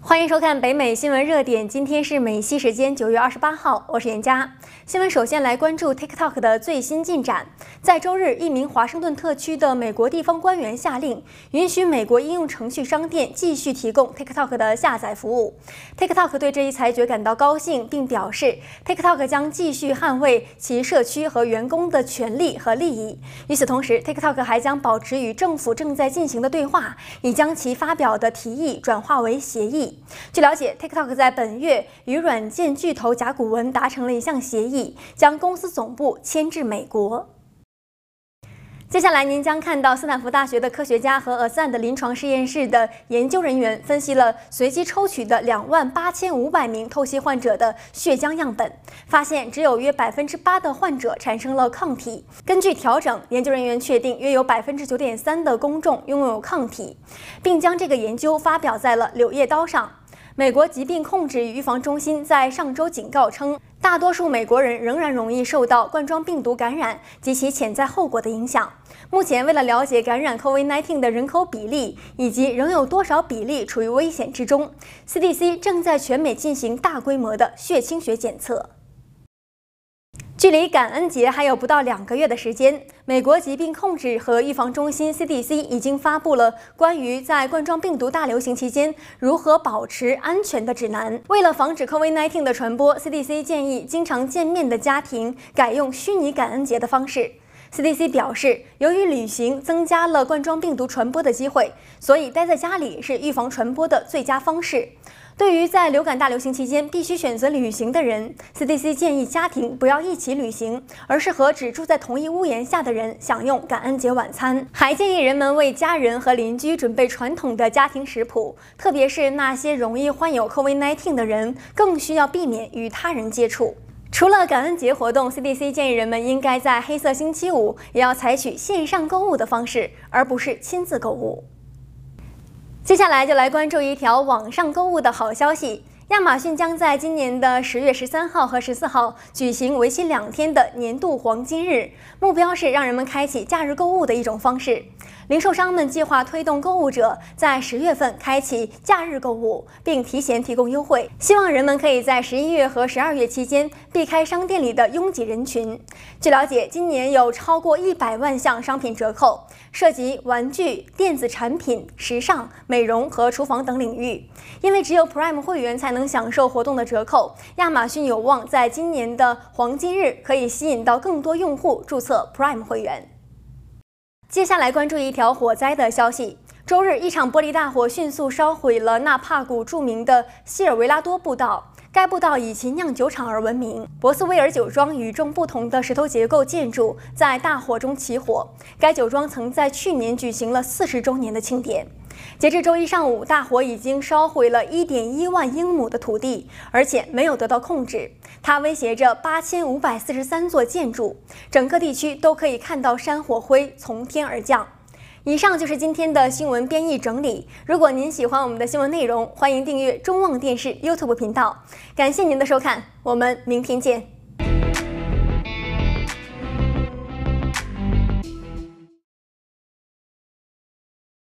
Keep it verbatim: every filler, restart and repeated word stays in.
欢迎收看北美新闻热点，今天是美西时间九月二十八号，我是严佳。新闻首先来关注 TikTok 的最新进展。在周日，一名华盛顿特区的美国地方官员下令，允许美国应用程序商店继续提供 TikTok 的下载服务。TikTok 对这一裁决感到高兴，并表示 TikTok 将继续捍卫其社区和员工的权利和利益。与此同时 ，TikTok 还将保持与政府正在进行的对话，以将其发表的提议转化为协议。据了解 ，TikTok 在本月与软件巨头甲骨文达成了一项协议，将公司总部迁至美国。接下来，您将看到斯坦福大学的科学家和 Ascend 临床实验室的研究人员分析了随机抽取的两万八千五百名透析患者的血浆样本，发现只有约百分之八的患者产生了抗体。根据调整，研究人员确定约有百分之九点三的公众拥有抗体，并将这个研究发表在了《柳叶刀》上。美国疾病控制与预防中心在上周警告称，大多数美国人仍然容易受到冠状病毒感染及其潜在后果的影响。目前，为了了解感染 COVID 十九 的人口比例以及仍有多少比例处于危险之中 ，C D C 正在全美进行大规模的血清学检测。距离感恩节还有不到两个月的时间，美国疾病控制和预防中心 C D C 已经发布了关于在冠状病毒大流行期间如何保持安全的指南。为了防止 COVID 十九 的传播 ，C D C 建议经常见面的家庭改用虚拟感恩节的方式。C D C 表示，由于旅行增加了冠状病毒传播的机会，所以待在家里是预防传播的最佳方式。对于在流感大流行期间必须选择旅行的人 ，C D C 建议家庭不要一起旅行，而是和只住在同一屋檐下的人享用感恩节晚餐。还建议人们为家人和邻居准备传统的家庭食谱，特别是那些容易患有 COVID 十九 的人，更需要避免与他人接触。除了感恩节活动 ，C D C 建议人们应该在黑色星期五也要采取线上购物的方式，而不是亲自购物。接下来就来关注一条网上购物的好消息。亚马逊将在今年的十月十三号和十四号举行为期两天的年度黄金日，目标是让人们开启假日购物的一种方式。零售商们计划推动购物者在十月份开启假日购物，并提前提供优惠，希望人们可以在十一月和十二月期间避开商店里的拥挤人群。据了解，今年有超过一百万项商品折扣，涉及玩具、电子产品、时尚、美容和厨房等领域。因为只有 Prime 会员才能享受活动的折扣，亚马逊有望在今年的黄金日可以吸引到更多用户注册 Prime 会员。接下来关注一条火灾的消息。周日，一场玻璃大火迅速烧毁了纳帕谷著名的希尔维拉多步道。该步道以其酿酒厂而闻名。博斯威尔酒庄与众不同的石头结构建筑在大火中起火。该酒庄曾在去年举行了四十周年的庆典。截至周一上午，大火已经烧毁了 一点一万英亩的土地，而且没有得到控制。它威胁着八千五百四十三座建筑，整个地区都可以看到山火灰从天而降。以上就是今天的新闻编译整理。如果您喜欢我们的新闻内容，欢迎订阅中望电视 YouTube 频道。感谢您的收看，我们明天见。